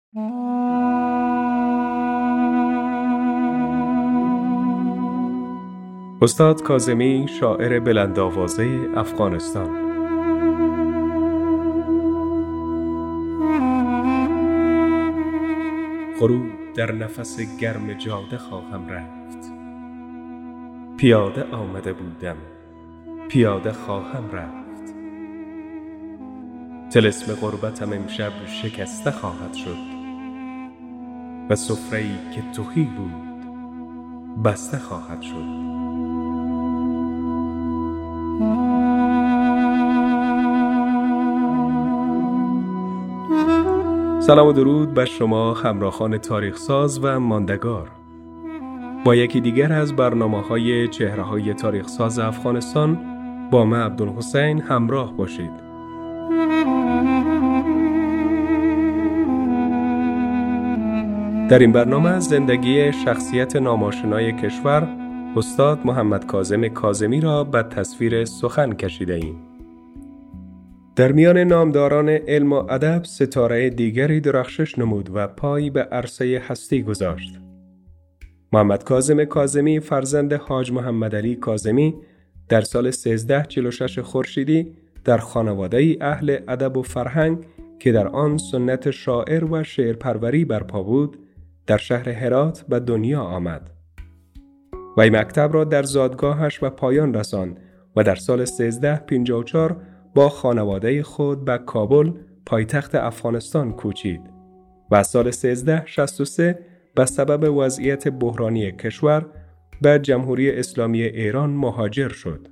استاد کاظمی، شاعر بلندآوازه افغانستان. غروب در نفس گرم جاده خواهم رفت. پیاده آمده بودم، پیاده خواهم رفت. طلسم غربتم امشب شکسته خواهد شد و سفره‌ای که تهی بود بسته خواهد شد. سلام و درود بر شما همراهان تاریخ ساز و ماندگار. با یکی دیگر از برنامه‌های چهره‌های تاریخ ساز افغانستان با من عبدالحسین همراه باشید. در این برنامه از زندگی شخصیت ناماشنای کشور استاد محمد کاظم کاظمی را به تصویر سخن کشیده ایم. در میان نامداران علم و ادب ستاره دیگری درخشش نمود و پای به عرصه هستی گذاشت. محمد کاظم کاظمی فرزند حاج محمد علی کاظمی در سال 1346 خورشیدی در خانواده‌ای اهل ادب و فرهنگ که در آن سنت شاعر و شعرپروری برپا بود، در شهر هرات به دنیا آمد. وی مکتب را در زادگاهش به پایان رساند و در سال 1354 با خانواده خود به کابل پایتخت افغانستان کوچید و از سال 1363 به سبب وضعیت بحرانی کشور به جمهوری اسلامی ایران مهاجر شد.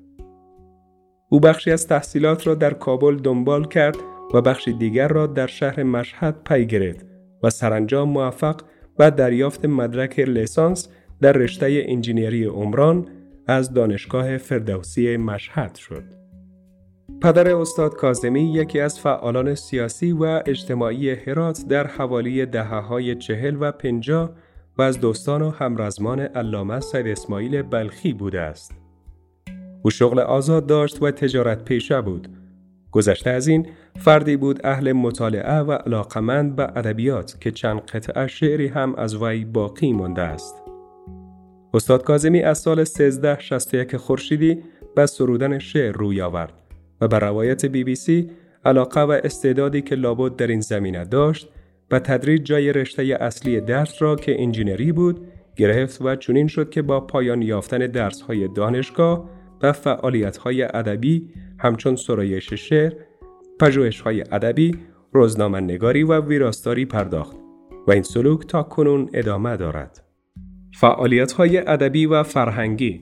او بخشی از تحصیلات را در کابل دنبال کرد و بخشی دیگر را در شهر مشهد پی گرفت و سرانجام موفق به دریافت مدرک لیسانس در رشته انجینری عمران از دانشگاه فردوسی مشهد شد. پدر استاد کاظمی یکی از فعالان سیاسی و اجتماعی هرات در حوالی دهه‌های 40 و 50 و از دوستان و همرزمان علامه سید اسماعیل بلخی بوده است. او شغل آزاد داشت و تجارت پیشه بود. گذشته از این فردی بود اهل مطالعه و علاقمند به ادبیات که چند قطعه شعری هم از وی باقی مانده است. استاد کاظمی از سال 1361 خورشیدی به سرودن شعر روی آورد و به روایت BBC علاقه و استعدادی که لابد در این زمینه داشت به تدریج جای رشته اصلی درس را که انجینری بود گرفت و چنین شد که با پایان یافتن درس‌های دانشگاه و فعالیت‌های ادبی همچون سرایش شعر، پژوهش‌های ادبی، روزنامه‌نگاری و ویراستاری پرداخت و این سلوک تا کنون ادامه دارد. فعالیت‌های ادبی و فرهنگی.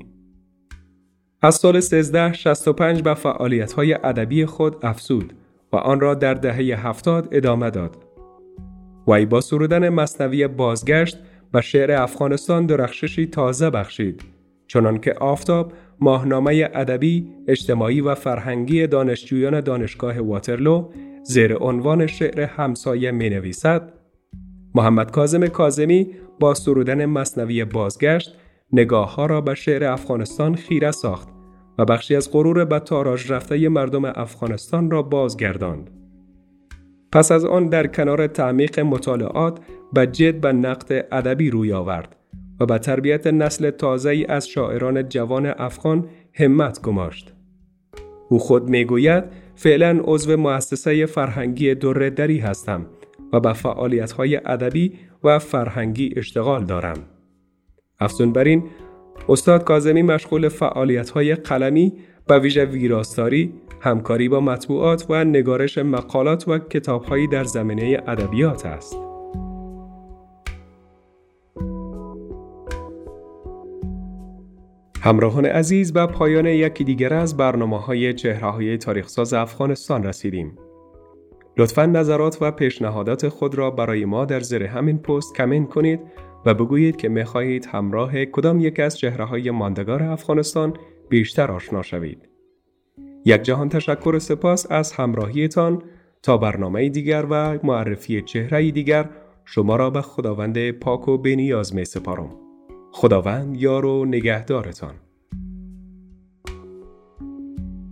از سال 1365 به فعالیت‌های ادبی خود افزود و آن را در دهه 70 ادامه داد. وی با سرودن مثنوی بازگشت به شعر افغانستان درخششی تازه بخشید، چنان که آفتاب ماهنامه ادبی، اجتماعی و فرهنگی دانشجویان دانشگاه واترلو زیر عنوان شعر همسایه می‌نویسد. محمد کاظم کاظمی با سرودن مثنوی بازگشت نگاه‌ها را به شعر افغانستان خیره ساخت و بخشی از غرور به تاراج رفته مردم افغانستان را بازگرداند. پس از آن در کنار تعمیق مطالعات به جد به نقد ادبی روی آورد و به تربیت نسل تازه‌ای از شاعران جوان افغان همت گماشت. او خود میگوید فعلا عضو مؤسسه فرهنگی دره دری هستم و به فعالیت‌های ادبی و فرهنگی اشتغال دارم. افزون بر این، استاد کاظمی مشغول فعالیت‌های قلمی به ویژه ویراستاری، همکاری با مطبوعات و نگارش مقالات و کتاب‌هایی در زمینه ادبیات است. همراهان عزیز، به پایان یکی دیگر از برنامه‌های چهره‌های تاریخ‌ساز افغانستان رسیدیم. لطفاً نظرات و پیشنهادات خود را برای ما در زیر همین پست کامنت کنید و بگویید که می‌خواهید همراه کدام یک از چهره‌های ماندگار افغانستان بیشتر آشنا شوید. یک جهان تشکر و سپاس از همراهیتان. تا برنامه دیگر و معرفی چهره دیگر شما را به خداوند پاک و بی‌نیاز می‌سپارم. خداوند یار و نگهدارتان.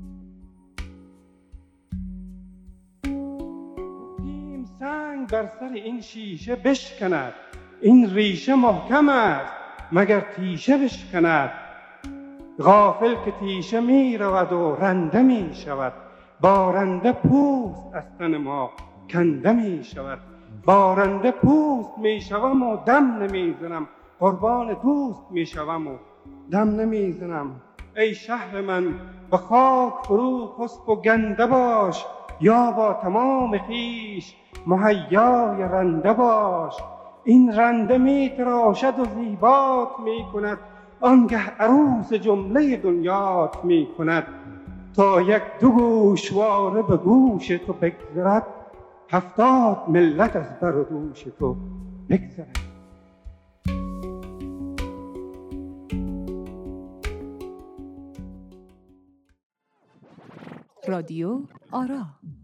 بر سر این شیشه بشکند. این ریشه محکم است مگر تیشه بشکند. غافل که تیشه می رود و رنده می شود، بارنده پوست از تن ما کنده می شود. بارنده پوست می شوم و دم نمی زنم، قربان دوست می شوم و دم نمی زنم. ای شهر من به خاک فرو خسب و گنده باش، یا با تمام خویش مهیای رنده باش. این رنده می تراشد و زیبات می کند، آنگه عروس جمله دنیات می کند. تا یک دو گوشواره به گوش تو بگذرد، 70 ملت از بر و دوش تو بگذرد. رادیو آرا.